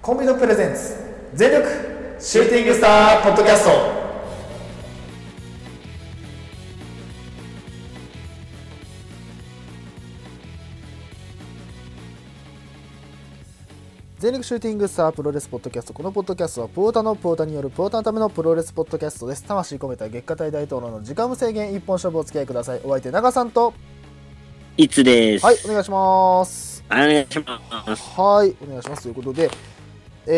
コンビのプレゼンツ全力シューティングスターポッドキャスト。全力シューティングスタープロレスポッドキャスト。このポッドキャストはプオタのプオタによるプオタのためのプロレスポッドキャストです。魂込めた月下大大統領の時間無制限一本勝負をお付き合いください。お相手長さんといつです。 はい、お願いします。 お願いします。 はい、お願いしますということで、もう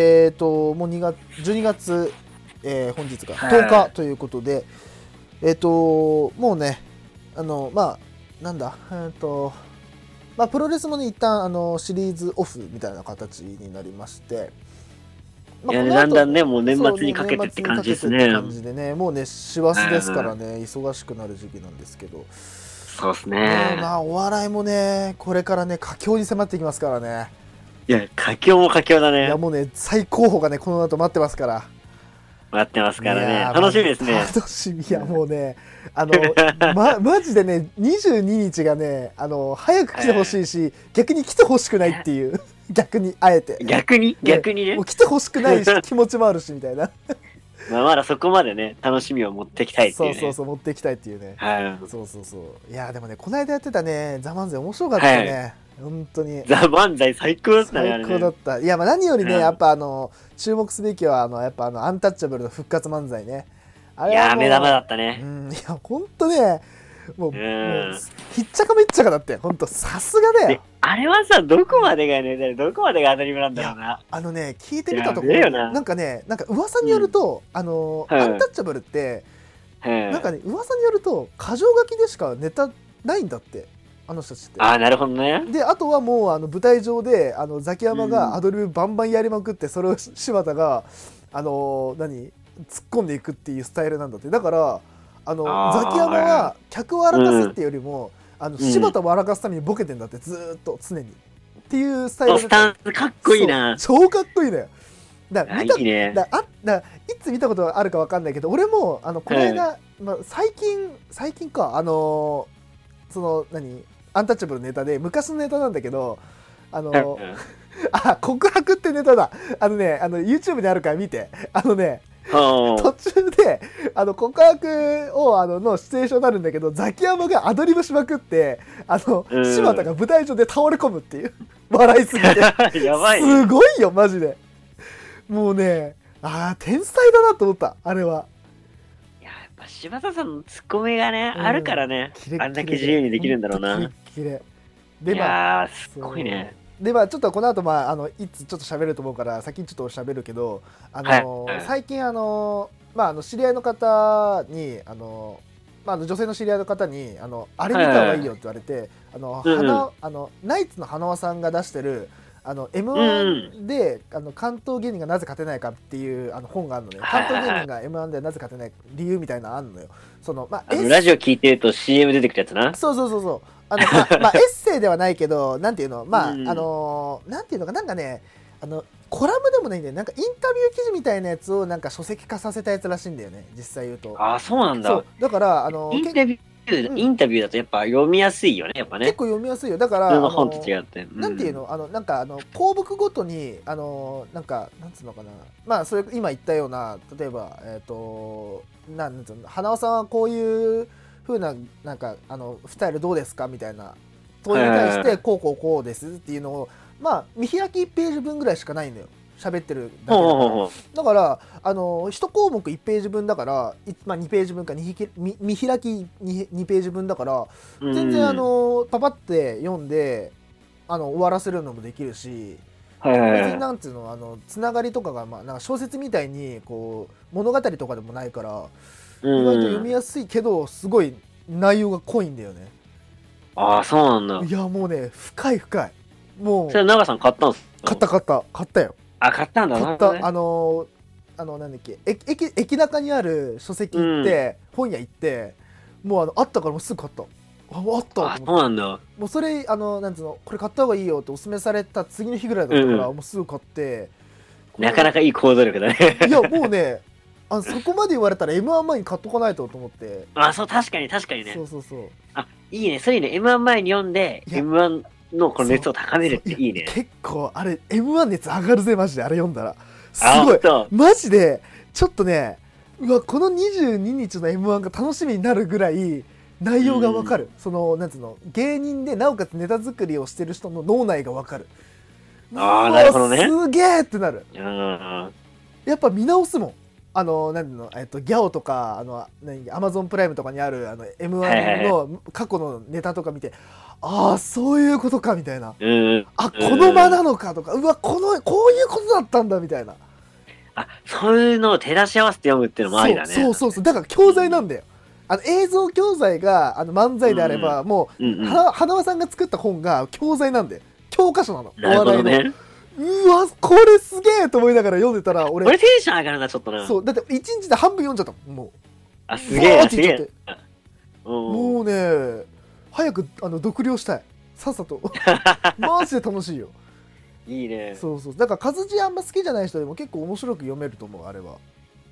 12月、本日が10日ということで、もうね、なんだ、プロレスもね、一旦シリーズオフみたいな形になりまして、 いやね、だんだんね、もう年末にかけてって感じですね。 感じでね、もうね、師走ですからね、忙しくなる時期なんですけど、 そうですね。 お笑いもね、これからね、佳境に迫ってきますからね。 いや、佳境も佳境だね。 いや、もうね、最高峰がね、この後待ってますから。 待ってますからね。楽しみですね。 楽しみ。いや、もうね、マジでね、22日がね、早く来てほしいし、逆に来てほしくないっていう。逆に、あえて。 逆にね。 もう来てほしくないし、気持ちもあるし、みたいな。 まだそこまでね、楽しみを持っていきたいっていうね。 そう、持っていきたいっていうね。 はい。 そう。いや、でもね、この間やってたね、ザ・漫才面白かったよね。本当にザ・漫才最高だったね。 最高だった。いや、何よりね、やっぱ注目すべきはやっぱアンタッチャブルの復活漫才ね。 あれはもう、いや、目玉だったね。 いや、本当ね、もうひっちゃかめっちゃかだって、本当さすがだよ。 あれはさ、どこまでがね、どこまでがアドリブなんだろうな。 聞いてみたところ、なんか噂によると、アンタッチャブルって、なんかね、噂によると箇条書きでしかネタないんだって。あの人たちって。 なるほどね。 で、あとはもう舞台上でザキヤマがアドリブバンバンやりまくって、それを柴田が突っ込んでいくっていうスタイルなんだって。だからザキヤマは客を笑かすっていうよりも、柴田を笑かすためにボケてんだって、ずーっと常にっていうスタイルで。 スタンスかっこいいな。 超かっこいいのよ。いいね。 いつ見たことあるか分かんないけど、俺もこの間、最近かアンタッチャブルのネタで、昔のネタなんだけど、告白ってネタだ。YouTube にあるから見て。途中で告白をのシチュエーションになるんだけど、ザキヤマがアドリブしまくって、柴田が舞台上で倒れ込むっていう。笑いすぎて。 やばい、 すごいよ、マジで。もうね、天才だなと思った、あれは。 柴田さんのツッコミがね、あるからね、あんだけ自由にできるんだろうな。 で、 いやー、すごいね。 で、ちょっとこの後いつちょっと喋ると思うから先にちょっと喋るけど、最近知り合いの方に女性の知り合いの方にあれ見た方がいいよって言われて、ナイツの花輪さんが出してるM1 で関東芸人がなぜ勝てないかっていう本があるのね。関東芸人が M1 でなぜ勝てない理由みたいなのあるのよ。 ラジオ聞いてると CM 出てくるやつな。 そうエッセイではないけど、なんていうの、なんていうのか、なんかね、コラムでもないんだよ。なんかインタビュー記事みたいなやつをなんか書籍化させたやつらしいんだよね、実際言うと。 そうなんだ。 そうだからインタビューだとやっぱ読みやすいよね、やっぱね。 結構読みやすいよ。だから本と違って、 なんていうの、項目ごとになんつうのかな、それ今言ったような、例えばなんつうの、花輪さんはこういう風なスタイルどうですかみたいな問いに対してこうですっていうのを見開き1ページ分ぐらいしかないんだよ、喋ってるだけだから。1項目1ページ分だから、2ページ分か、見開き 2ページ分だから、全然パパって読んで終わらせるのもできるし、別になんていうの、つながりとかがなんか小説みたいにこう物語とかでもないから、意外と読みやすいけど、すごい内容が濃いんだよね。そうなんだ。いや、もうね、深い。もう。 それ長さん買ったんすか？ 買ったよ。 買ったんだな。 買った。なんだっけ、駅中にある書籍行って、本屋行って、もうあったからもうすぐ買った。あったそうなんだ。 もうそれなんつうの、これ買った方がいいよってお勧めされた次の日ぐらいだったから、もうすぐ買って。 なかなかいい行動力だね。 いや、もうね、そこまで言われたら M1 前に買っとかないと思って。 そう、確かにね。 そう。 いいね、そういうね、M1 前に読んで M1 のこの熱を高めるっていいね。 結構あれ M1 熱上がるぜマジで、あれ読んだらすごいマジでちょっとね、うわこの22日の M1 が楽しみになるぐらい内容がわかる、そのなんつうの、芸人でなおかつネタ作りをしてる人の脳内がわかる。 なるほどね。 すげえってなる。 やっぱ見直すもん。なんのギャオとかアマゾンプライムとかにあるM1 の過去のネタとか見て、ああそういうことかみたいな、あこの間なのかとか、うわこういうことだったんだみたいな、 そういうのを照らし合わせて読むっていうのもありだね。 そうだから教材なんだよ。映像教材が漫才であれば、もう花輪さんが作った本が教材なんで、教科書なの、お笑いの。うわこれすげえと思いながら読んでたら、俺テンション上がるなちょっとな。 そうだって1日で半分読んじゃったもん。もうすげえすげえ。 もうね早く読了したい、さっさとマジで楽しいよ。 いいね。 そうだから活字あんま好きじゃない人でも結構面白く読めると思う、あれは。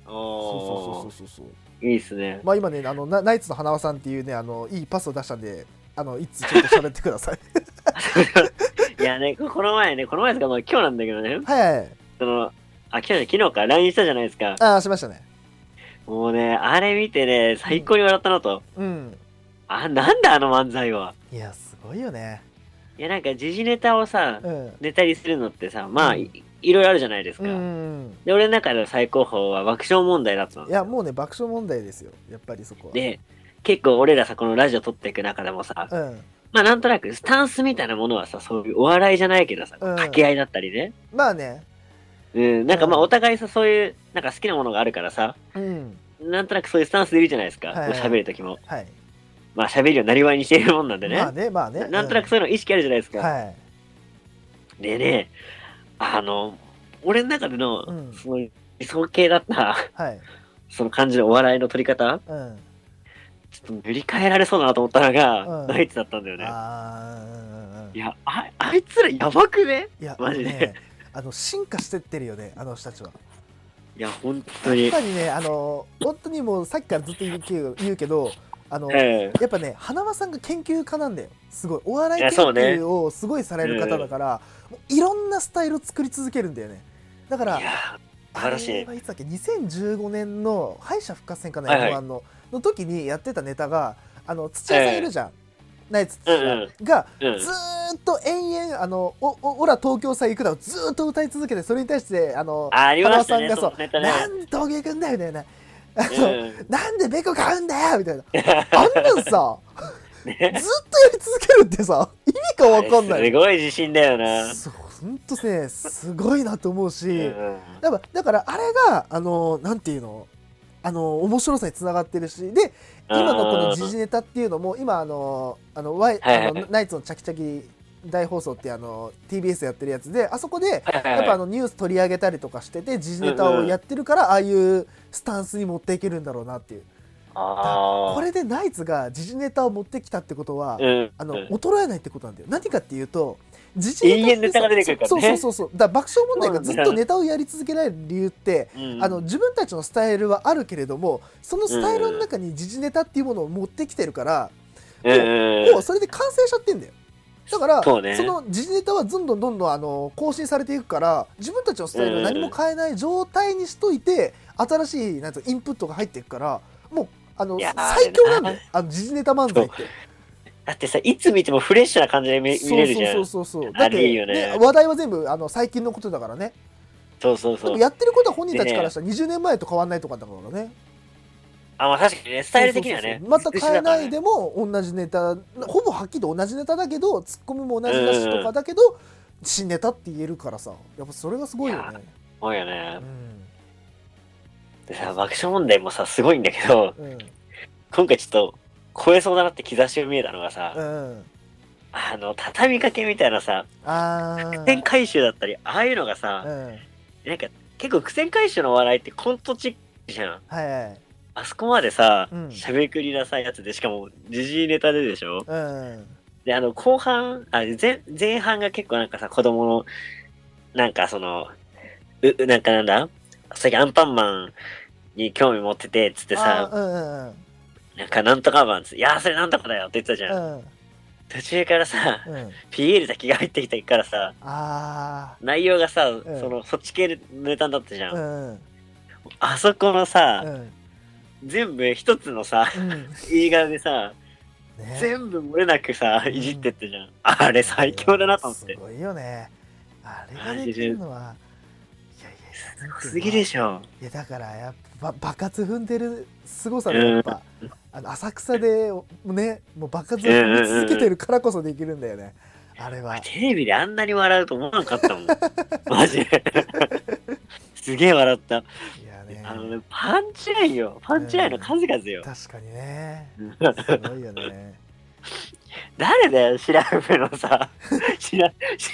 そういいっすね。 まあ今ねナイツの花輪さんっていうねいいパスを出したんで、いつちょっと喋ってください。 いやね、この前ですか、今日なんだけどね。 はい。 昨日か LINE したじゃないですか。 しましたね。 もうね、あれ見てね、最高に笑ったなと。なんだあの漫才は。 いや、すごいよね。 いや、なんか時事ネタをさ、ネタにするのってさ、まあ、いろいろあるじゃないですか。で、俺の中での最高峰は爆笑問題だったの。 いや、もうね、爆笑問題ですよ。やっぱりそこは。 で、結構俺らさ、このラジオ撮っていく中でもさ、まあなんとなくスタンスみたいなものはさ、そういうお笑いじゃないけどさ、掛け合いだったりね。 まあね。 なんかまあお互いさ、そういう、なんか好きなものがあるからさ、なんとなくそういうスタンスでいるじゃないですか、喋るときも。まあ喋るようになりわいにしているもんなんでね。 まあね。 なんとなくそういうの意識あるじゃないですか。でね、俺の中での、その理想系だった、その感じのお笑いの取り方、ちょっと塗り替えられそうだなと思ったのが、ナイツだったんだよね。いや、あいつらやばくね？いや、マジで。 進化してってるよね、あの人たちは。 いや、本当に。 やっぱりね、本当にもうさっきからずっと言うけど、やっぱね、花輪さんが研究家なんだよ。すごい。お笑い研究をすごいされる方だから、もういろんなスタイルを作り続けるんだよね。だから、 素晴らしい。 いつだっけ、2015年の敗者復活戦かな、M1 の時にやってたネタが、土屋さんいるじゃん。ナイツ土屋が、ずーっと延々、オラ東京さ行くだをずーっと歌い続けて、それに対して、花輪さんがそう、なん東京行くんだよみたいな。なんでベコ買うんだよみたいな。あんなんさ、ずっとやり続けるってさ、意味かわかんない。 すごい自信だよな。 そう、ほんとね、すごいなと思うし、だからあれが、なんていうの、面白さにつながってるし、で、今のこの時事ネタっていうのも、今、ナイツのチャキチャキ大放送って TBS やってるやつで、あそこでやっぱニュース取り上げたりとかしてて、時事ネタをやってるから、ああいうスタンスに持っていけるんだろうなっていう。これでナイツが時事ネタを持ってきたってことは、衰えないってことなんだよ。何かっていうと、時事ネタが出てくるからね。 そう。だから爆笑問題がずっとネタをやり続けられる理由って、自分たちのスタイルはあるけれども、そのスタイルの中に時事ネタっていうものを持ってきてるから、もうそれで完成しちゃってんだよ。だから、その時事ネタはどんどん更新されていくから、自分たちのスタイルを何も変えない状態にしといて、新しいインプットが入っていくから、もう最強なんだよ、時事ネタ漫才って。 だってさ、いつ見てもフレッシュな感じで見れるじゃん。 そう。だって、ね、話題は全部最近のことだからね。 そう。 やってることは本人たちからしたら20年前と変わんないとかだからね。 まあ確かにね、スタイル的にはね。 また変えないでも同じネタ、ほぼはっきり同じネタだけど、ツッコミも同じだしとかだけど、新ネタって言えるからさ、やっぱそれがすごいよね。 すごいよね。でさ、爆笑問題もさ、すごいんだけど、今回ちょっと、超えそうだなって兆しが見えたのがさ、畳みかけみたいなさ、苦戦回収だったり、ああいうのがさ、なんか結構苦戦回収の笑いってコントチックじゃん。あそこまでさ、しゃべくりなさいやつで、しかも時事ネタででしょ。で、後半、前半が結構なんかさ、子供の、なんかその、なんだ最近アンパンマンに興味持ってて、つってさ、なんかなんとかマンつって、いやそれなんとかだよって言ってたじゃん。 途中からさ、ピエール滝が入ってきたからさ、内容がさ、そっち系のネタになったじゃん。あそこのさ、全部一つのさ、映画でさ、全部漏れなくさ、いじってってじゃん。あれ最強だなと思って。 すごいよね。あれができるのは、 すごすぎでしょ。 いやだからやっぱ爆発踏んでる凄さでやっぱ、浅草でね、もう爆発を踏み続けてるからこそできるんだよね。あれは。 テレビであんなに笑うと思わなかったもん。マジで。すげえ笑った。いやね。パンチラインよ。パンチラインの数々よ。 確かにね。すごいよね。 誰だよ、シラフのさ、シラ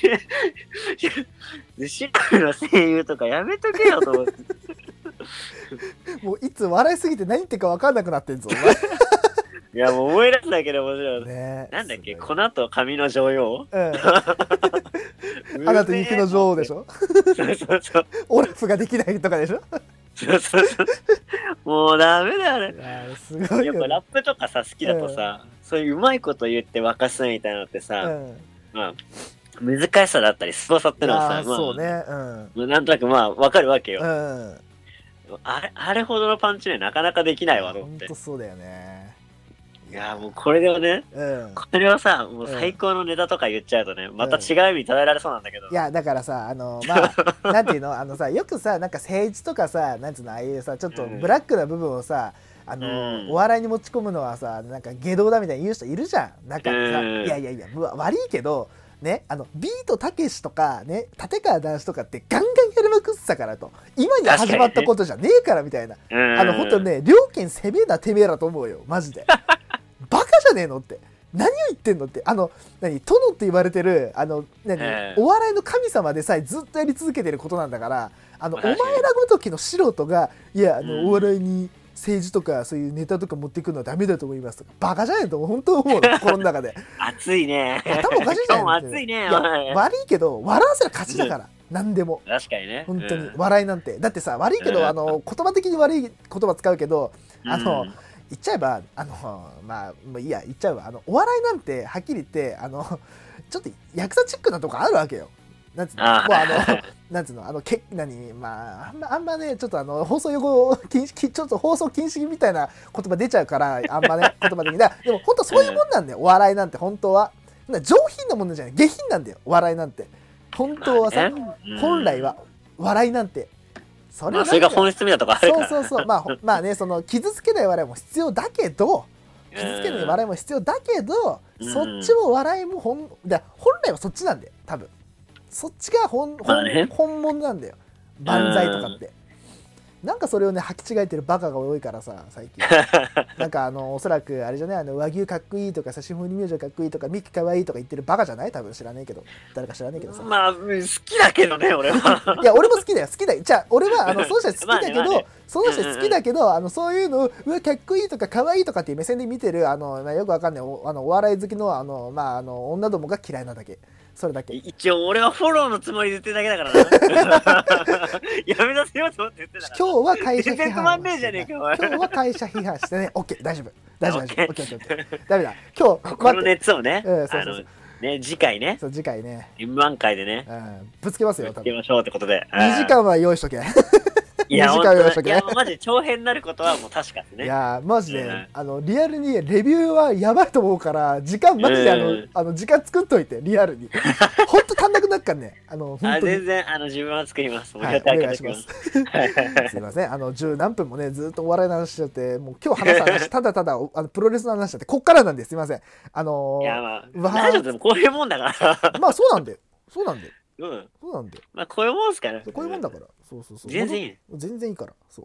フの声優とかやめとけよと思って。 もういつ笑いすぎて何言ってか分かんなくなってんぞ、お前。 いや、もう思い出すだけで面白い。ね、なんだっけ、粉と紙の女王、 アナと雪の女王でしょ。 そうそうそう。 オラフができないとかでしょ。 そうそうそう。もうダメだあれ。 すごいよね。 やっぱラップとかさ好きだとさ、そういううまいこと言って沸かすみたいなのってさ、まあ難しさだったりすごさってのはさ、 そうね、 なんとなくまあわかるわけよ。あれほどのパンチねなかなかできないわと思って。 ほんとそうだよね。 いやもうこれでもね、これはさもう最高のネタとか言っちゃうとね、また違う意味捉えられそうなんだけど。 いやだからさまあなんていうのさ、よくさなんか政治とかさ、なんつうのああいうさちょっとブラックな部分をさ、お笑いに持ち込むのはさ、なんか下道だみたいに言う人いるじゃん。なんかさ、いや悪いけどね、ビートたけしとかね、立川談志とかってガンガンやりまくってたからと、今に始まったことじゃねえからみたいな、本当ね、両県攻めなてめえらと思うよマジで。バカじゃねえのって、何を言ってんのって、殿って言われてるお笑いの神様でさえずっとやり続けてることなんだから、お前らごときの素人がいやお笑いに政治とかそういうネタとか持ってくるのはダメだと思いますとか、バカじゃねえと本当思うの、心の中で。 熱いね。 頭おかしいじゃん。 熱いね。 悪いけど笑わせら勝ちだから、何でも。確かにね。 本当に笑いなんて、だってさ、悪いけど言葉的に悪い言葉使うけど、言っちゃえばまあもういいや、言っちゃえばお笑いなんてはっきり言ってちょっとヤクザチックなとこあるわけよ。なんつうの、もうなんつうのまああんまね、ちょっと放送用語禁止、ちょっと放送禁止みたいな言葉出ちゃうから、あんまね言葉的にだ。でも本当そういうもんなんだよ、お笑いなんて。本当は上品なものじゃない、下品なんだよお笑いなんて。本当はさ、本来は笑いなんてそれが本質みたいなとこあるから。 そうまあね、その傷つけない笑いも必要だけど、傷つけない笑いも必要だけど、そっちも笑いも本来はそっちなんだよ多分。そっちが本物なんだよ、万歳とかって。なんかそれをね履き違えてるバカが多いからさ最近。なんかおそらくあれじゃない、和牛かっこいいとかさ、霜降り明星かっこいいとか、ミキかわいいとか言ってるバカじゃない、多分。知らねえけど、誰か知らねえけどさ。 まあ好きだけどね俺は。 いや俺も好きだよ、好きだよ。じゃあ俺はその人好きだけど、その人好きだけどそういうのうわかっこいいとかかわいいとかっていう目線で見てるよくわかんないお笑い好きの女どもが嫌いなだけ。それだけ。 一応俺はフォローのつもりで言ってるだけだからな。やめさせようと思って言ってたから。 今日は会社批判。 全然つまんねえじゃねえか。 今日は会社批判してね。オッケー、大丈夫。オッケー。ダメだ。今日この熱をね。次回ね。 そう次回ね。 M1 回でね。 ぶつけますよ。 ぶつけましょうってことで。 2時間は用意しとけ。 いや、マジ長編になることはもう確かですね。 いやマジでリアルにレビューはやばいと思うから、時間マジで時間作っといて、リアルに。ほんと足んなくなっかんね。 全然自分は作ります。 お願いします。すいません、10何分もねずっとお笑いの話しちゃって、もう今日話す話ただただプロレスの話しちゃって、こっからなんです。すいません。いや大丈夫、でもこういうもんだから。 まあそうなんでそうなんで。 そうなんで。まあこういうもんすから。 こういうもんだから。そう。 全然いい。 全然いいから。そう。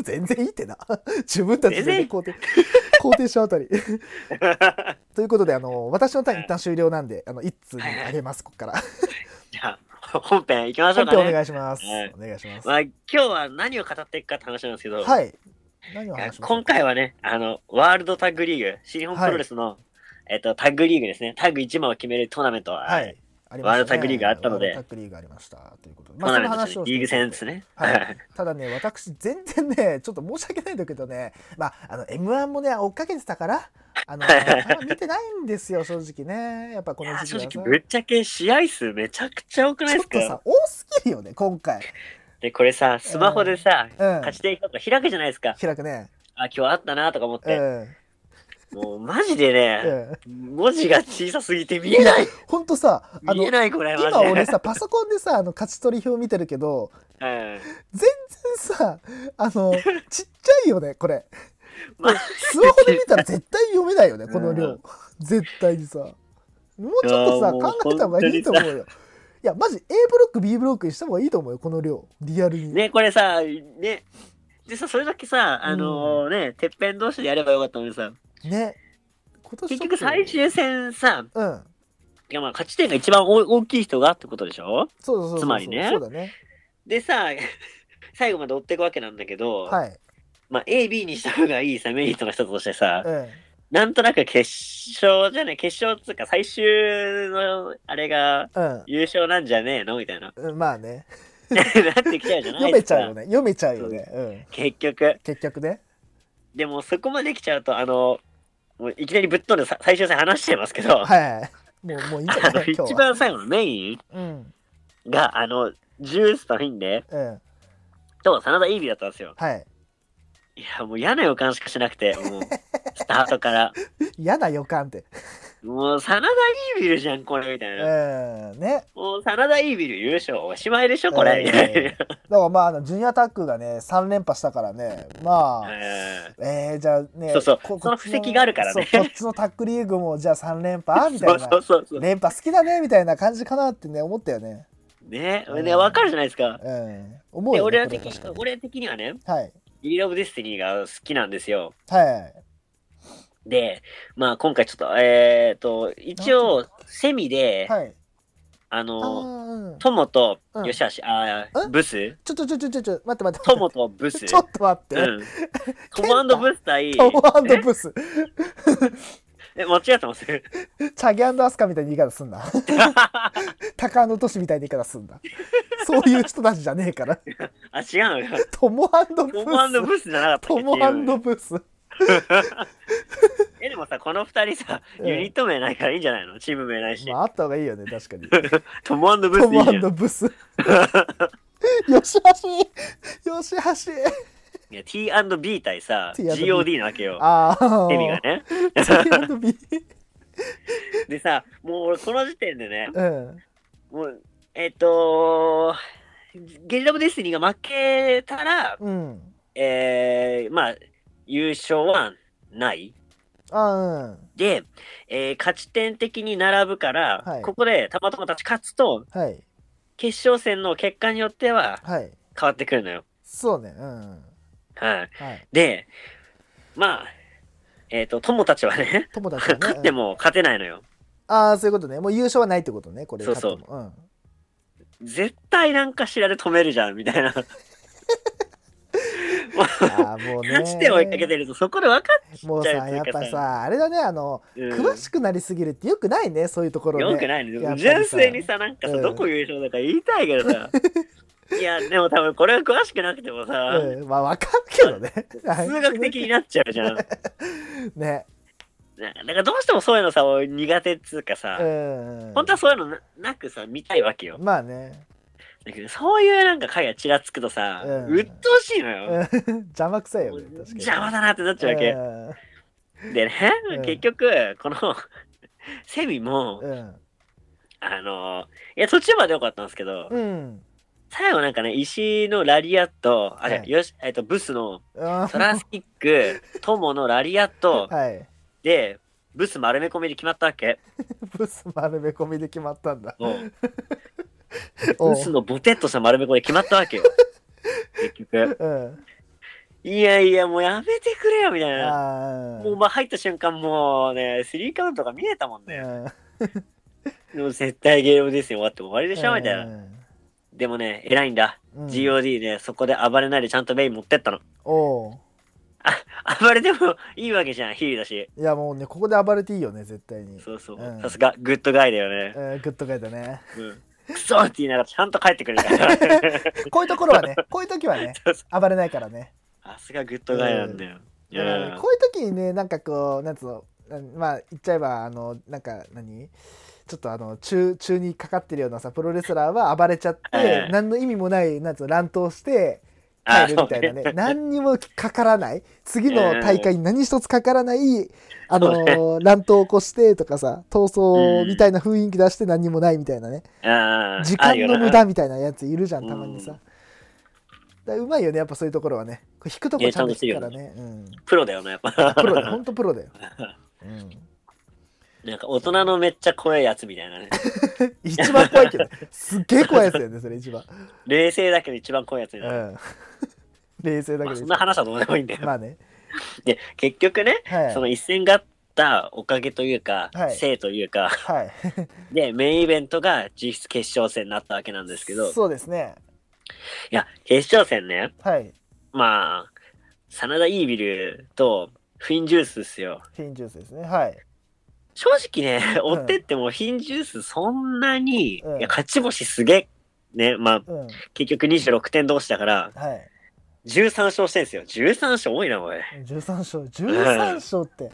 全然いいってな。自分たちで肯定しちゃうあたり。ということで私のターン一旦終了なんで一通にあげます、ここから。 じゃあ本編行きましょうかね。 本編お願いします。お願いします。 まあ今日は何を語っていくかって話なんですけど。 はい。何を話しますか。 今回はねワールドタッグリーグ、新日本プロレスのタッグリーグですね。タッグ1枚を決めるトーナメントは。はい。ワールドタッグリーグがあったので、 タッグリーグがありましたということで、 その話をリーグ戦ですね。 ただね、私全然ねちょっと申し訳ないんだけどね、M1 もね追っかけてたから見てないんですよ、正直ね。やっぱこの時期はさ。 正直、ぶっちゃけ試合数めちゃくちゃ多くないですか？ ちょっとさ、多すぎるよね、今回。 で、これさ、スマホでさ、勝ち点とか開くじゃないですか。 開くね。 あ、今日あったなとか思って。もうマジでね、文字が小さすぎて見えない。 ほんとさ、 見えないこれ、 今俺さ、パソコンでさ、勝ち取り表見てるけど、全然さ、ちっちゃいよね、これ。スマホで見たら絶対読めないよね、この量。絶対にさ。もうちょっとさ、考えた方がいいと思うよ。いや、マジ A ブロック、B ブロックにした方がいいと思うよ、この量。リアルに。 ね、これさ、ね、でさ、それだけさ、ね、てっぺん同士でやればよかったのにさ。 ね。 結局最終戦さ、いやまあ勝ち点が一番大きい人がってことでしょ？ そうつまりね。 そうだね。でさ、最後まで追っていくわけなんだけど、まあ A、B にした方がいいさ、メリットの一つとしてさ、なんとなく決勝じゃね、決勝つうか最終のあれが優勝なんじゃねえのみたいな。 まあね。 なってきちゃうじゃないですか。 読めちゃうよね。 結局ね。 でもそこまで来ちゃうと、もういきなりぶっ飛んで最終戦話しちゃいますけど、 もういいんじゃない？ 一番最後のメインが、ジュースとフィンで、と、真田イービーだったんですよ。いや、もう嫌な予感しかしなくて、もう、スタートから。 嫌な予感って。 もう、真田イービルじゃん、これ、みたいな。 ね。 もう、真田イービル優勝、おしまいでしょ、これ、みたいな。 だからまあ、ジュニアタックがね、3連覇したからね、まあ、じゃあね、 その布石があるからね。 こっちのタックリーグも、じゃあ3連覇みたいな。連覇好きだね、みたいな感じかなってね、思ったよね。 ね、わかるじゃないですか。 思うよ。 俺的にはね、リー・オブ・デスティニーが好きなんですよ。で、まあ今回ちょっと、一応、セミで、友と吉橋、ブスちょ、待って。 友とブス。 ちょっと待って。 トム&ブス対、 トム&ブス。 間違ってます？ チャギ&アスカみたいな言い方すんな。高野都市みたいな言い方すんな。そういう人たちじゃねえから。 あ、違うのよ。 トム& ブスじゃなかったっけ？ トム&ブス。 でもさ、この二人さ、ユニット名ないからいいんじゃないの？チーム名ないし。 まあ、あった方がいいよね、確かに。 トム&ブスいいじゃん。 トム&ブス。よしはし。 いや、T&B 対さ、GOD なわけよ。エミがね。 T&B。 でさ、もう俺この時点でね、もう、ゲリラブデスティニーが負けたら、まあ、優勝はない。で、勝ち点的に並ぶから、ここでたまたま勝つと、決勝戦の結果によっては変わってくるのよ。 そうね。 で、まあ、友たちはね、勝っても勝てないのよ。 そういうことね。もう優勝はないってことね、これ。 そう。絶対なんかしらで止めるじゃん、みたいな。もうね。勝ち点を追いかけてるとそこで分かっちゃう。 もうさ、やっぱさ、あれだね、詳しくなりすぎるってよくないね、そういうところね。 よくないね。純粋にさ、なんかさ、どこ優勝だか言いたいけどさ。いや、でも多分これは詳しくなくてもさ、 まあ分かるけどね。 数学的になっちゃうじゃん。 ね。 だからどうしてもそういうのさ、苦手っつうかさ、本当はそういうのなくさ、見たいわけよ。 まあね。 だけどそういうなんか回がちらつくとさ、うっとうしいのよ。 邪魔くさいよね。 邪魔だなってなっちゃうわけ。でね、結局、このセミも、いや、途中まで良かったんですけど、最後なんかね、石のラリアット、ブスのトランスキック、友のラリアット、で、ブス丸め込みで決まったわけ。 ブス丸め込みで決まったんだ。 ブスのボテッとした丸め込みで決まったわけよ。結局。いや、もうやめてくれよ、みたいな。もう入った瞬間もうね、3カウントが見えたもんね。でも絶対ゲームですよ、終わっても終わりでしょ、みたいな。でもね、偉いんだ。GOD ね、そこで暴れないでちゃんとベイン持ってったの。暴れてもいいわけじゃん、ヒールだし。 いやもうね、ここで暴れていいよね、絶対に。 そう。さすが、グッドガイだよね。 グッドガイだね。 クソって言いながらちゃんと帰ってくるから。 こういうところはね、こういう時はね、暴れないからね。 さすがグッドガイなんだよ。 こういう時にね、なんかこう、なんつうの、 まあ言っちゃえばなんかちょっと中にかかってるようなさプロレスラーは暴れちゃって、何の意味もないなんつうの乱闘して帰るみたいなね、何にもかからない次の大会に何一つかからない乱闘を起こしてとかさ闘争みたいな雰囲気出して何にもないみたいなね、時間の無駄みたいなやついるじゃんたまにさ。うまいよねやっぱそういうところはね、引くとこちゃんと引くからね、 プロだよねやっぱ。 プロだよ、ほんとプロだよ。 なんか大人のめっちゃ怖いやつみたいなね。 一番怖いけどすっげえ怖いやつだよねそれ一番。 冷静だけど一番怖いやつみたいな。 冷静だけど。 そんな話はどうでもいいんだよ。 まあね。 で結局ね、その一戦があったおかげというか、せいというか、でメインイベントが実質決勝戦になったわけなんですけど。 そうですね。 いや決勝戦ね。まあ真田イービルとフィンジュースですよ。 フィンジュースですね。 正直ね、追ってってもフィンジュースそんなに、いや勝ち星すげえね、まあ、結局26点同士だから、13勝してんすよ。13勝多いなおい。 13勝って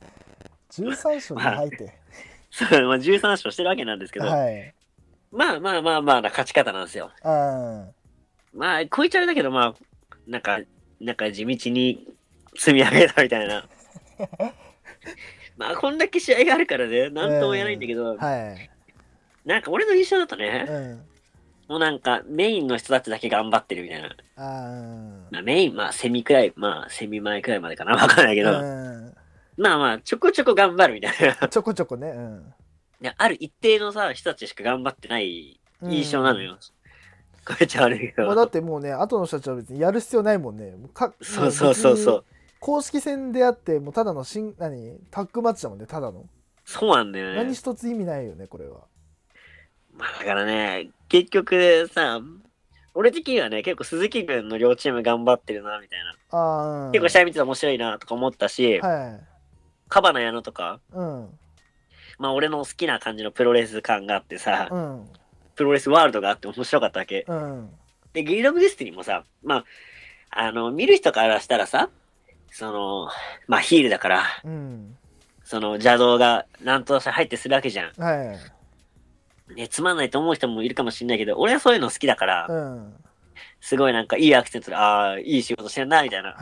13勝で入って。 そう、まあ13勝してるわけなんですけど、まあな勝ち方なんですよ。まあこいつあれだけど、まあなんか地道に積み上げたみたいな。まあこんだけ試合があるからね、なんとも言えないんだけど、なんか俺の印象だとね、もうなんかメインの人たちだけ頑張ってるみたいな。まあメイン、まあセミくらい、まあセミ前くらいまでかな、わかんないけど、まあちょこちょこ頑張るみたいな。 ちょこちょこね。 いやある一定のさ、人たちしか頑張ってない印象なのよ。これちゃ悪いけど。 だってもうね、後の人たちは別にやる必要ないもんね。 そう。 公式戦であってもうただのタッグマッチだもんね、ただの。 そうなんだよね。 何一つ意味ないよねこれは。 まあだからね、結局さ、俺的にはね結構鈴木軍の両チーム頑張ってるなみたいな。結構試合見てて面白いなとか思ったし、カバナ矢野とか、まあ俺の好きな感じのプロレス感があってさ、プロレスワールドがあって面白かったわけ。でギルド・オブ・デスティニーもさ、まあ見る人からしたらさ、まあヒールだから、その邪道が何として入ってするわけじゃん。ね、つまんないと思う人もいるかもしれないけど、俺はそういうの好きだから、すごいなんかいいアクセントで、いい仕事してるなみたいな。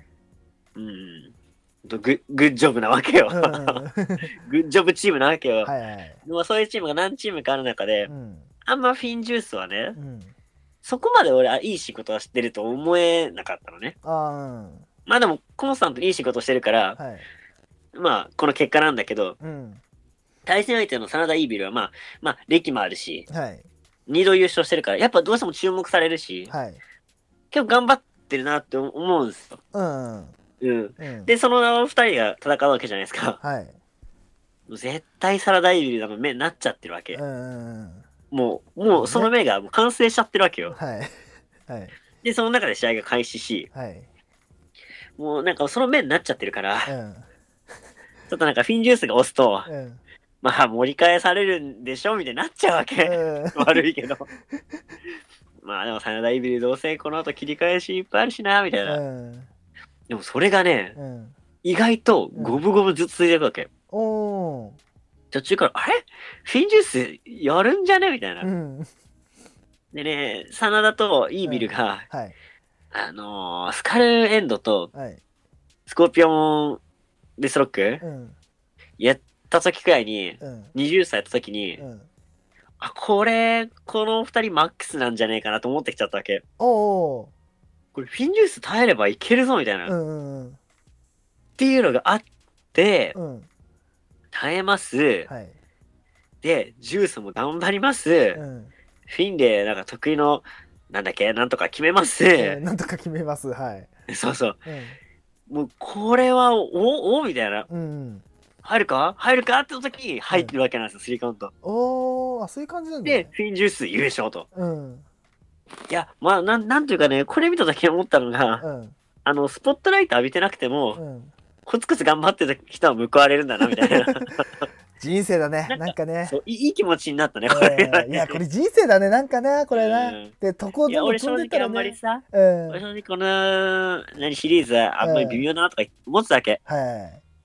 グッジョブなわけよ。グッジョブチームなわけよ。でもそういうチームが何チームかある中で、あんまフィンジュースはね、そこまで俺はいい仕事はしてると思えなかったのね。まあでもコンスタントにいい仕事してるから、まあこの結果なんだけど、対戦相手の真田イービルはまあ歴もあるし、2度優勝してるからやっぱどうしても注目されるし、結構頑張ってるなって思うんですよ。でその2人が戦うわけじゃないですか。絶対真田イービルの目になっちゃってるわけ。もうその目がもう完成しちゃってるわけよ。でその中で試合が開始し、もうなんかその目になっちゃってるから、ちょっとなんかフィンジュースが押すと、まあ盛り返されるんでしょみたいになっちゃうわけ。悪いけど。まあでも真田イービルどうせこの後切り返しいっぱいあるしなみたいな。でもそれがね、意外と五分五分ずつ続いていくわけ。途中からあれフィンジュースやるんじゃねみたいな。でね、真田とイービルが、スカルエンドとスコーピオンデスロック、やった時くらいに、20歳やった時に、この2人マックスなんじゃねえかなと思ってきちゃったわけ。これフィンジュース耐えればいけるぞみたいな。っていうのがあって、耐えます。で、ジュースも頑張ります。フィンでなんか得意のなんとか決めます。 なんとか決めます。 そう。もうこれはおみたいな。入るかって時に入ってるわけなんですよ、3カウント。 そういう感じなんだ。 で、フィンジュース優勝と。いや、まあなんていうかね、これ見た時思ったのが、スポットライト浴びてなくても、コツコツ頑張ってた人は報われるんだなみたいな。 人生だね、なんかね。 いい気持ちになったね、これ。 いや、これ人生だね、なんかね、これな。で、どこ俺正直あんまりさ、俺正直この、シリーズあんまり微妙だなとか思ってたわけ。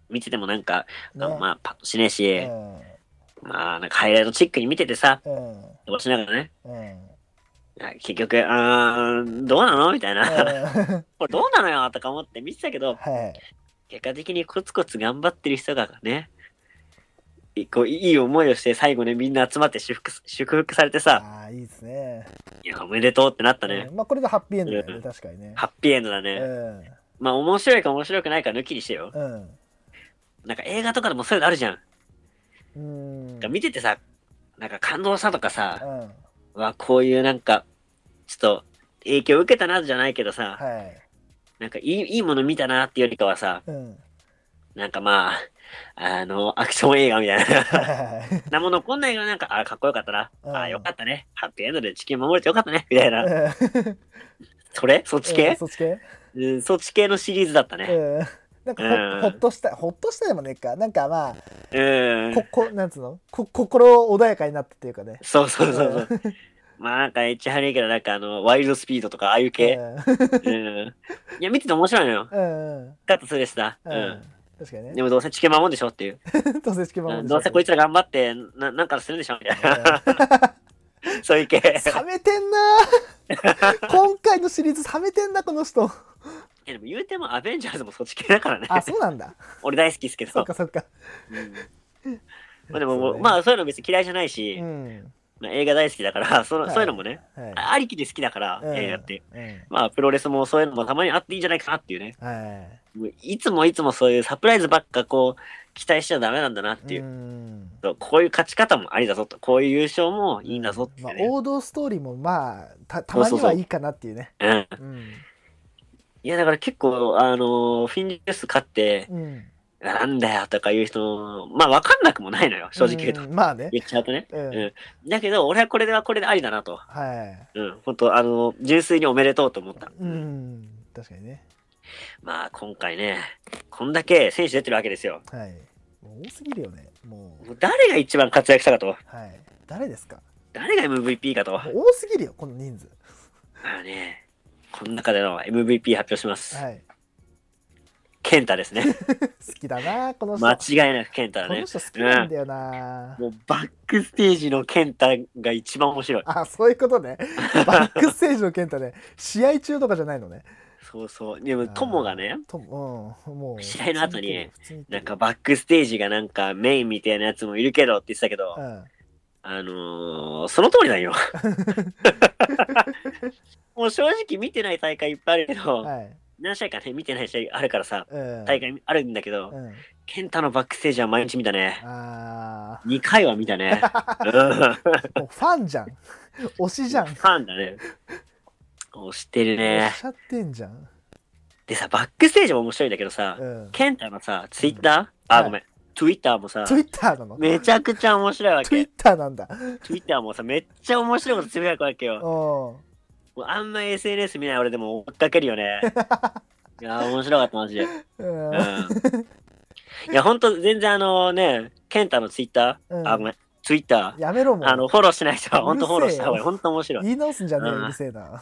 見ててもなんか、 ね、 まあ、パッとしねえし、まあ、なんかハイライトチックに見ててさ、押しながらね、結局、どうなのみたいな。これどうなのよとか思って見てたけど、結果的にコツコツ頑張ってる人がね、こういい思いをして最後ね、みんな集まって祝福されてさ、 ああ、いいですね。 いや、おめでとうってなったね。 まあ、これがハッピーエンドだよね、確かにね。 ハッピーエンドだね。まあ、面白いか面白くないか抜きにしてよ。なんか映画とかでもそういうのあるじゃん。見ててさ、なんか感動したとかさ、こういうなんか、ちょっと影響受けたなじゃないけどさ、なんかいいもの見たなっていうよりかはさ、なんかまあ、アクション映画みたいな。なものこんな映画なんか、かっこよかったな。よかったね。ハッピーエンドで地球守れてよかったね。みたいな。そっち系そっち系そっち系のシリーズだったね。 なんかほっとしたでもねえか。なんかまあ、なんつうの心穏やかになったっていうかね。 そう。まあなんかエッチハリーけどなんかワイルドスピードとかああいう系。いや見てて面白いのよ。だとするしさ。 確かにね。 でもどうせ地球守るんでしょっていう。 どうせ地球守るんでしょ。 どうせこいつら頑張ってなんかするんでしょみたいな。そういう系。 冷めてんな今回のシリーズ冷めてんなこの人。 でも言うてもアベンジャーズもそっち系だからね。 あ、そうなんだ。 俺大好きですけど。 そっか。 まあでも、まあそういうの別に嫌いじゃないし、映画大好きだから、そういうのもね、ありきで好きだから、映画って。まあプロレスもそういうのもたまにあっていいんじゃないかなっていうね。いつもそういうサプライズばっかこう、期待しちゃダメなんだなっていう。こういう勝ち方もありだぞと。こういう優勝もいいんだぞって、 まあ王道ストーリーもまあ、たまにはいいかなっていうね。いやだから結構、フィンデュス勝って、なんだよとかいう人、まあ分かんなくもないのよ、正直言うと。 まあね。 言っちゃうとね。だけど、俺はこれでありだなと。本当純粋におめでとうと思った。 確かにね。 まあ今回ね、こんだけ選手出てるわけですよ。 多すぎるよね。もう誰が一番活躍したかと。 誰ですか。 誰が MVP かと。 多すぎるよ、この人数。 まあね。この中での MVP 発表します。ケンタですね。 好きだな、この人。 間違いなくケンタだね。 この人好きなんだよな。 もうバックステージのケンタが一番面白い。 あ、そういうことね。バックステージのケンタね。試合中とかじゃないのね。 そう。でも、友がね、 もう試合の後に、なんかバックステージがなんかメインみたいなやつもいるけどって言ってたけど、その通りなんよ。もう正直見てない大会いっぱいあるけど、何試合かね、見てない試合あるからさ、大会あるんだけど、ケンタのバックステージは毎日見たね。2回は見たね。 もうファンじゃん。推しじゃん。 ファンだね。推してるね。 推しちゃってんじゃん。 でさ、バックステージも面白いんだけどさ、ケンタのさ、ツイッターごめん。Twitter もさ、 Twitter なのめちゃくちゃ面白いわけ。 Twitter なんだ。 Twitter もさ、めっちゃ面白いことつぶやくわけよ。もうあんま SNS 見ない俺でも追っかけるよね。いや面白かったマジで。いやほんと全然ケンタの Twitter、ごめん。Twitter。 やめろもう。 フォローしない人はほんとフォローした方がいい。ほんと面白い。 言い直すんじゃねえよ、うるせえな。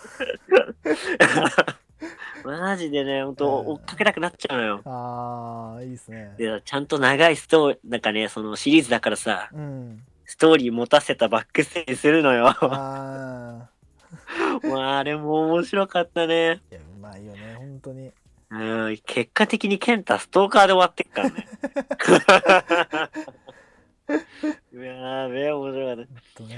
マジでね、ほんと追っかけたくなっちゃうのよ。 ああ、いいですね。 で、ちゃんと長いなんかね、そのシリーズだからさ、ストーリー持たせたバックステージするのよ。まあ、あれも面白かったね。 いや、うまいよね、ほんとに。 結果的にケンタストーカーで終わってっからね。やべえ、面白かった。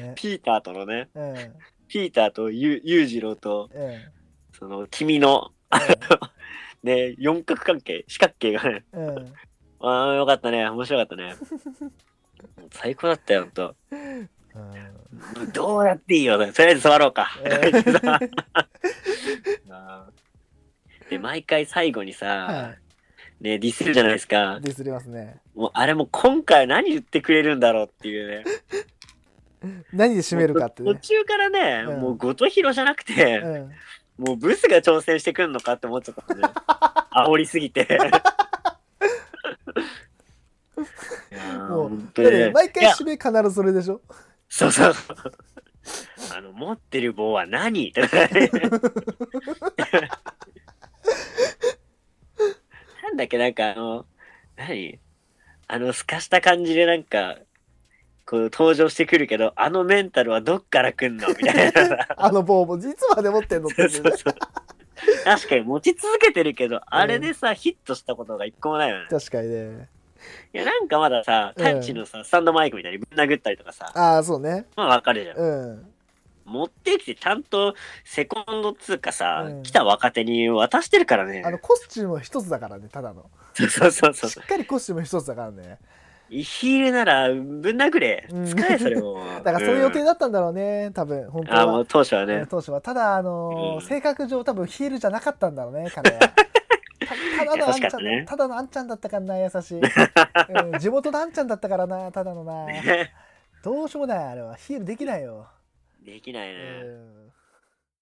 ピーターとのね、ピーターと裕次郎と、その、君の、ね、四角関係、四角形がね、よかったね、面白かったね。最高だったよ、ほんと。どうやっていいよ、とりあえず座ろうか。で、毎回最後にさ、ね、ディスるじゃないですか。 ディスりますね。 もう、あれも今回何言ってくれるんだろうっていうね。 何で締めるかってね。 途中からね、もう、ゴトヒロじゃなくて、もうブスが挑戦してくんのかって思っちゃったね。煽りすぎて。 もう、毎回締め必ずそれでしょ。 そう。持ってる棒は何なんだっけ、なんか何透かした感じでなんか、こう登場してくるけど、あのメンタルはどっから来んのみたいな。 あの棒も実まで持ってんのって、ね、 そうそうそう。確かに持ち続けてるけど、あれでさ、ヒットしたことが一個もないよね。 確かにね。 いや、なんかまださ、タッチのさ、スタンドマイクみたいにぶん殴ったりとかさ。 ああ、そうね。 まあわかるじゃん。持ってきてちゃんとセコンドっつうかさ、来た若手に渡してるからね。 コスチューム一つだからね、ただの。 そうそうそう。 しっかりコスチューム一つだからね。 ヒールならぶん殴れ。使え、それも。 だからそういう予定だったんだろうね、多分、本当は。 もう当初はね。 当初は。ただ、性格上多分ヒールじゃなかったんだろうね、彼は。ただのあんちゃんだったからな、優しい。地元のあんちゃんだったからな、ただのな。どうしようもない、あれは。ヒールできないよ。 できないね。